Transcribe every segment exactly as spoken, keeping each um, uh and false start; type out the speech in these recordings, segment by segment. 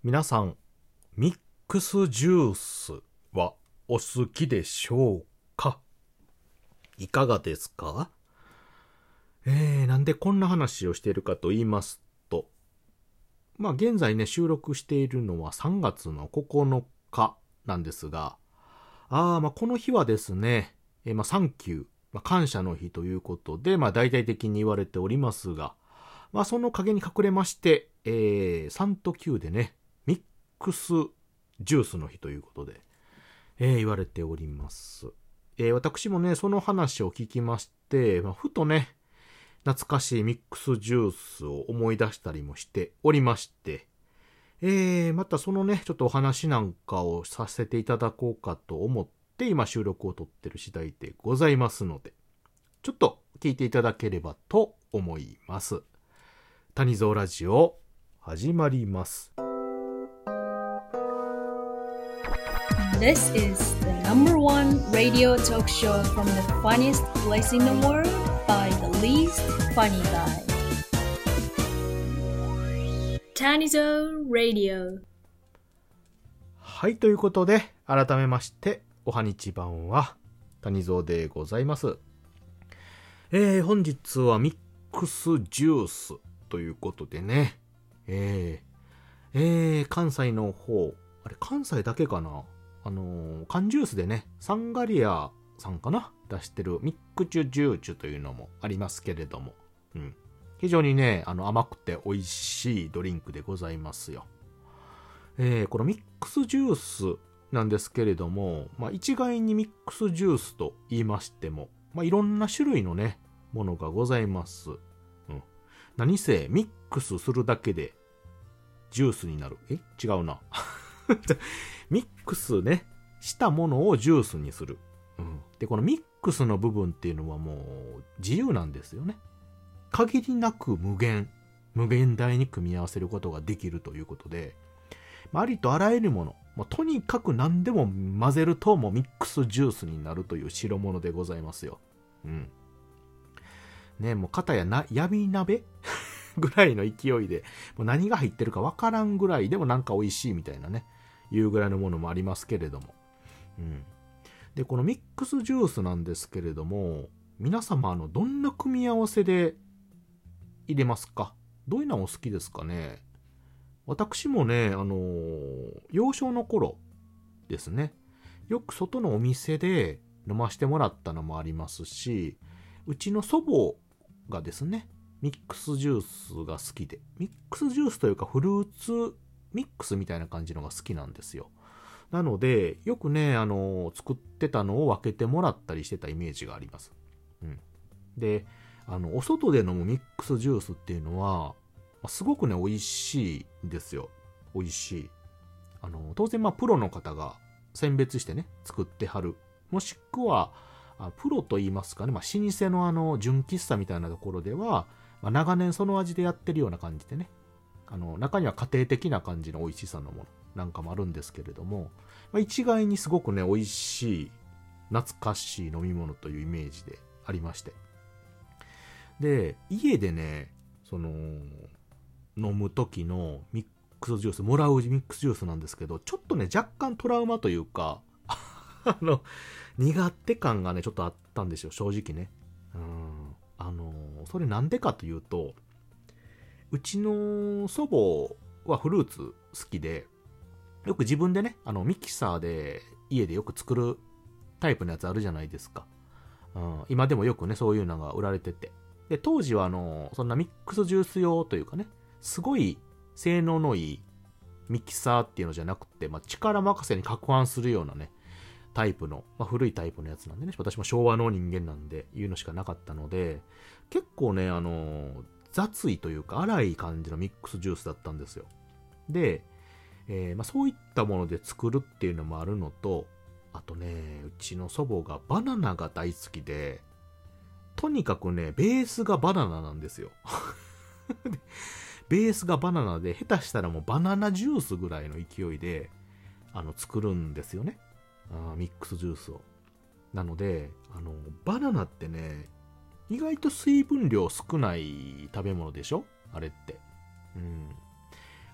皆さん、ミックスジュースはお好きでしょうか？いかがですか？えー、なんでこんな話をしているかと言いますと、まあ現在ね、収録しているのはさんがつのここのかなんですが、あー、まあこの日はですね、えー、まあサンキュー、まあ、感謝の日ということで、まあ大々的に言われておりますが、まあその陰に隠れまして、えー、さんときゅうでね、ミックスジュースの日ということで、えー、言われております。えー、私もね、その話を聞きまして、まあ、ふとね、懐かしいミックスジュースを思い出したりもしておりまして、えー、またそのね、ちょっとお話なんかをさせていただこうかと思って今収録を撮ってる次第でございますので、ちょっと聞いていただければと思います。谷蔵ラジオ始まります。 This is the number one radio talk show from the funniest place in the world by the least funny guy. Tanizo Radio. はい、ということで改めましておはにちばんは谷蔵でございます。えー、本日はミックスジュースということでね、えー、えー、関西の方、あれ関西だけかな、あのー、缶ジュースでね、サンガリアさんかな出してるミックチュジューチュというのもありますけれども、うん、非常にね、あの甘くて美味しいドリンクでございますよ。えー、このミックスジュースなんですけれども、まあ、一概にミックスジュースと言いましても、まあ、いろんな種類のね、ものがございます。うん、何せミックスするだけでジュースになる。え違うな。ミックスね、したものをジュースにする。うん、で、このミックスの部分っていうのはもう自由なんですよね。限りなく無限、無限大に組み合わせることができるということで、ありとあらゆるもの、もうとにかく何でも混ぜるともうミックスジュースになるという代物でございますよ。うん。ね、もう片やな、闇鍋ぐらいの勢いで、もう何が入ってるかわからんぐらいでもなんか美味しいみたいなね、いうぐらいのものもありますけれども。うん。で、このミックスジュースなんですけれども、皆様、あの、どんな組み合わせで入れますか？どういうのお好きですかね？私もね、あのー、幼少の頃ですね、よく外のお店で飲ませてもらったのもありますし、うちの祖母がですね、ミックスジュースが好きで、ミックスジュースというかフルーツミックスみたいな感じのが好きなんですよ。なので、よくね、あのー、作ってたのを分けてもらったりしてたイメージがあります。うん。で、あの、お外で飲むミックスジュースっていうのは、すごくね、美味しいんですよ。美味しい。あの、当然、まあ、プロの方が選別してね、作ってはる。もしくは、あプロと言いますかね、まあ、老舗のあの、純喫茶みたいなところでは、まあ、長年その味でやってるような感じでね、あの、中には家庭的な感じの美味しさのものなんかもあるんですけれども、まあ、一概にすごくね、美味しい、懐かしい飲み物というイメージでありまして。で、家でね、その、飲む時のミックスジュース、もらうミックスジュースなんですけど、ちょっとね、若干トラウマというか、あの、苦手感がね、ちょっとあったんですよ、正直ね。うん。あの、それなんでかというと、うちの祖母はフルーツ好きで、よく自分でね、あの、ミキサーで家でよく作るタイプのやつあるじゃないですか。うん、今でもよくね、そういうのが売られてて。で、当時はあの、そんなミックスジュース用というかね、すごい性能のいいミキサーっていうのじゃなくて、まあ、力任せに攪拌するようなね、タイプの、まあ、古いタイプのやつなんでね、私も昭和の人間なんで、いうのしかなかったので、結構ね、あの、雑いというか、荒い感じのミックスジュースだったんですよ。で、えーまあ、そういったもので作るっていうのもあるのと、あとね、うちの祖母がバナナが大好きで、とにかくね、ベースがバナナなんですよ。ベースがバナナで、下手したらもうバナナジュースぐらいの勢いで、あの、作るんですよね。あミックスジュースを。なので、あの、バナナってね、意外と水分量少ない食べ物でしょ？あれって。うん。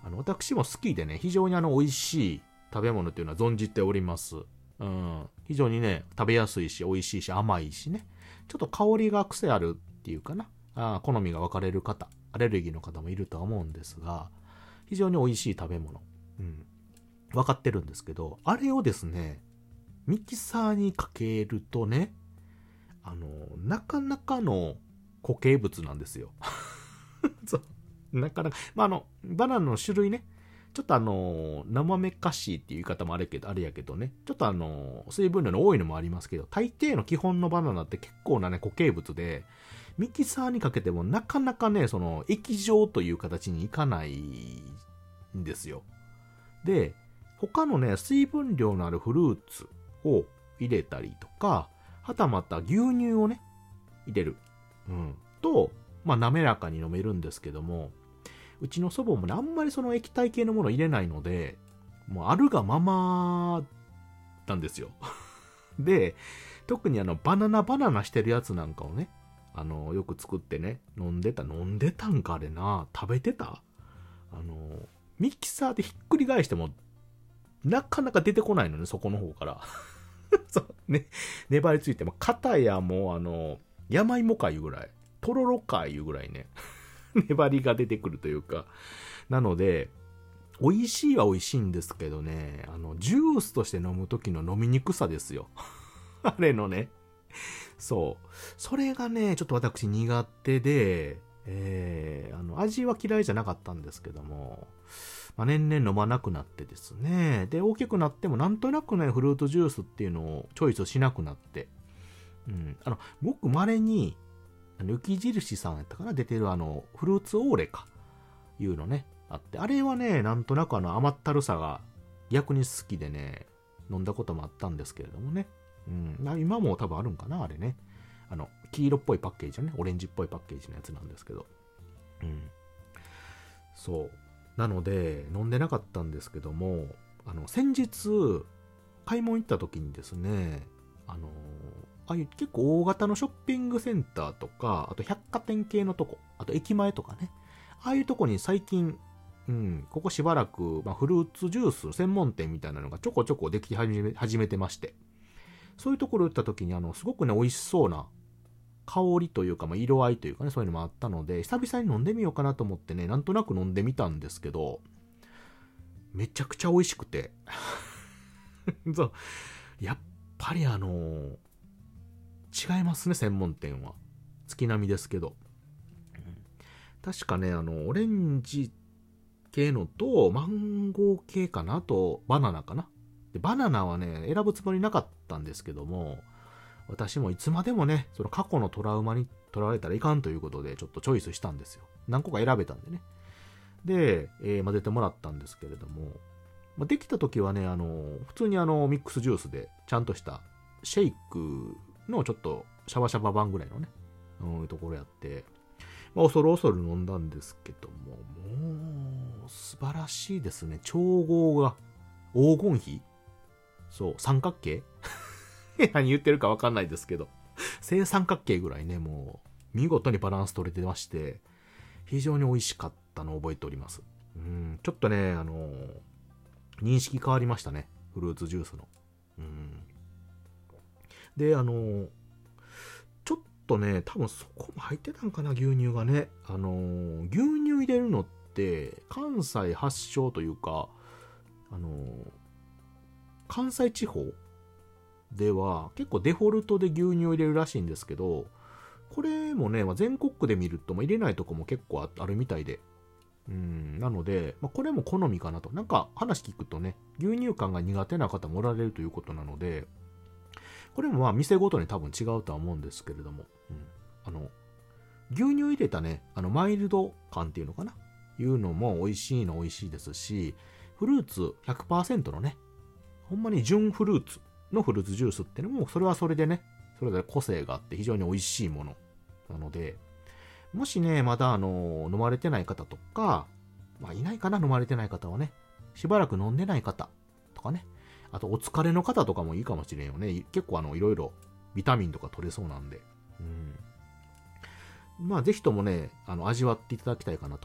あの、私も好きでね、非常にあの、美味しい食べ物っていうのは存じております。うん。非常にね、食べやすいし、美味しいし、甘いしね。ちょっと香りが癖あるっていうかな。あ好みが分かれる方、アレルギーの方もいるとは思うんですが、非常に美味しい食べ物。うん。分かってるんですけど、あれをですね、ミキサーにかけるとね、あの、なかなかの固形物なんですよ。そう。なかなか、まあ、あの、バナナの種類ね、ちょっとあの、生めかしいっていう言い方もあれけど、あれやけどね、ちょっとあの、水分量の多いのもありますけど、大抵の基本のバナナって結構なね、固形物で、ミキサーにかけてもなかなかね、その、液状という形にいかないんですよ。で、他のね、水分量のあるフルーツを入れたりとか、はたまた牛乳をね、入れる。うん。と、まあ、滑らかに飲めるんですけども、うちの祖母もね、あんまりその液体系のもの入れないので、もうあるがままなんですよ。で、特にあの、バナナバナナしてるやつなんかをね、あの、よく作ってね、飲んでた、飲んでたんかあれな、食べてたあの、ミキサーでひっくり返しても、なかなか出てこないのね、そこの方から。そう、ね、粘りついても、片やもうあの、山芋かいうぐらい、とろろかいうぐらいね、粘りが出てくるというか、なので、美味しいは美味しいんですけどね、あの、ジュースとして飲む時の飲みにくさですよ。あれのね。そう。それがね、ちょっと私苦手で、えー、あの、味は嫌いじゃなかったんですけども、まあ、年々飲まなくなってですね。で、大きくなってもなんとなくね、フルーツジュースっていうのをチョイスしなくなって。うん。あの、ごく稀に、あの雪印さんやったかな、出てるあの、フルーツオーレか、いうのね、あって。あれはね、なんとなくあの、甘ったるさが逆に好きでね、飲んだこともあったんですけれどもね。うん。今も多分あるんかな、あれね。あの、黄色っぽいパッケージのね、オレンジっぽいパッケージのやつなんですけど。うん。そう。なので、飲んでなかったんですけども、あの、先日、買い物行った時にですね、あの、ああいう結構大型のショッピングセンターとか、あと百貨店系のとこ、あと駅前とかね、ああいうとこに最近、うん、ここしばらく、まあ、フルーツジュース専門店みたいなのがちょこちょこでき始め、始めてまして、そういうところ行った時に、あの、すごくね、美味しそうな香りというか、まあ、色合いというかね、そういうのもあったので、久々に飲んでみようかなと思ってね、なんとなく飲んでみたんですけど、めちゃくちゃ美味しくて。そう。やっぱりあのー、違いますね、専門店は。月並みですけど。うん、確かね、あの、オレンジ系のと、マンゴー系かな、あと、バナナかな。で、バナナはね、選ぶつもりなかったんですけども、私もいつまでもね、その過去のトラウマに取られたらいかんということで、ちょっとチョイスしたんですよ。何個か選べたんでね。で、えー、混ぜてもらったんですけれども、まあ、できた時はね、あの、普通にあの、ミックスジュースで、ちゃんとしたシェイクのちょっとシャバシャバ版ぐらいのね、うん、ところやって、まあ、恐る恐る飲んだんですけども、もう、素晴らしいですね。調合が、黄金比そう、三角形何言ってるかわかんないですけど、正三角形ぐらいね、もう、見事にバランス取れてまして、非常に美味しかったのを覚えております。うん、ちょっとね、あのー、認識変わりましたね。フルーツジュースの。うん、で、あのー、ちょっとね、多分そこも入ってたんかな、牛乳がね。あのー、牛乳入れるのって、関西発祥というか、あのー、関西地方では結構デフォルトで牛乳を入れるらしいんですけど、これもね、まあ、全国区で見ると、まあ、入れないとこも結構あるみたいで。うん、なので、まあ、これも好みかなと。なんか話聞くとね、牛乳感が苦手な方もおられるということなので、これもまあ店ごとに多分違うとは思うんですけれども、うん、あの、牛乳入れたね、あのマイルド感っていうのかないうのも美味しいの美味しいですし、フルーツ ひゃくパーセント のね、ほんまに純フルーツのフルーツジュースっていうのも、それはそれでね、それぞれ個性があって非常に美味しいものなので、もしね、まだあの、飲まれてない方とか、まあいないかな、飲まれてない方はね、しばらく飲んでない方とかね、あとお疲れの方とかもいいかもしれんよね。結構あの、いろいろビタミンとか取れそうなんで。うん。まあぜひともね、あの、味わっていただきたいかなと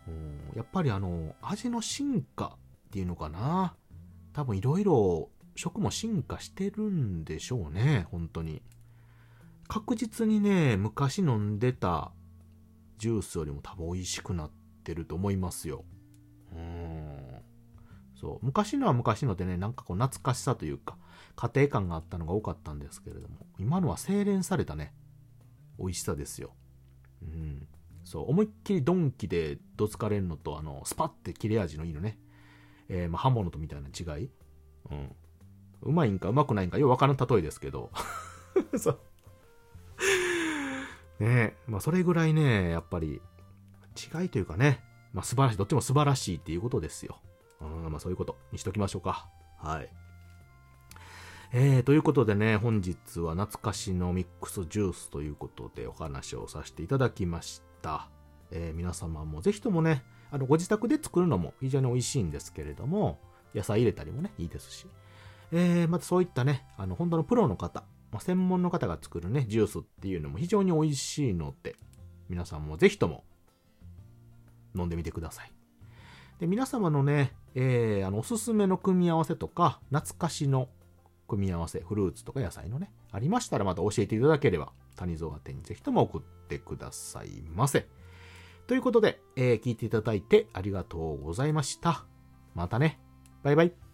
うん、やっぱりあの、味の進化っていうのかな。多分いろいろ食も進化してるんでしょうね、本当に。確実にね、昔飲んでたジュースよりも多分美味しくなってると思いますよ。うーん。そう。昔のは昔のでね、なんかこう懐かしさというか、家庭感があったのが多かったんですけれども、今のは精錬されたね、美味しさですよ。うん。そう。思いっきりドンキでどつかれるのと、あの、スパッて切れ味のいいのね。えー、まあ、刃物とみたいな違い。うん。うまいんかうまくないんかようわからん例えですけど。そう。ねえ。まあ、それぐらいね、やっぱり、違いというかね、まあ、素晴らしい。どっちも素晴らしいっていうことですよ。うん、まあ、そういうことにしときましょうか。はい。えー、ということでね、本日は懐かしのミックスジュースということでお話をさせていただきました。えー、皆様もぜひともね、あの、ご自宅で作るのも非常に美味しいんですけれども、野菜入れたりもね、いいですし。えー、またそういったね、あの、本当のプロの方、専門の方が作るね、ジュースっていうのも非常に美味しいので、皆さんもぜひとも飲んでみてください。で、皆様のね、えー、あの、おすすめの組み合わせとか、懐かしの組み合わせ、フルーツとか野菜のね、ありましたらまた教えていただければ、谷蔵宛てにぜひとも送ってくださいませ。ということで、えー、聞いていただいてありがとうございました。またね。バイバイ。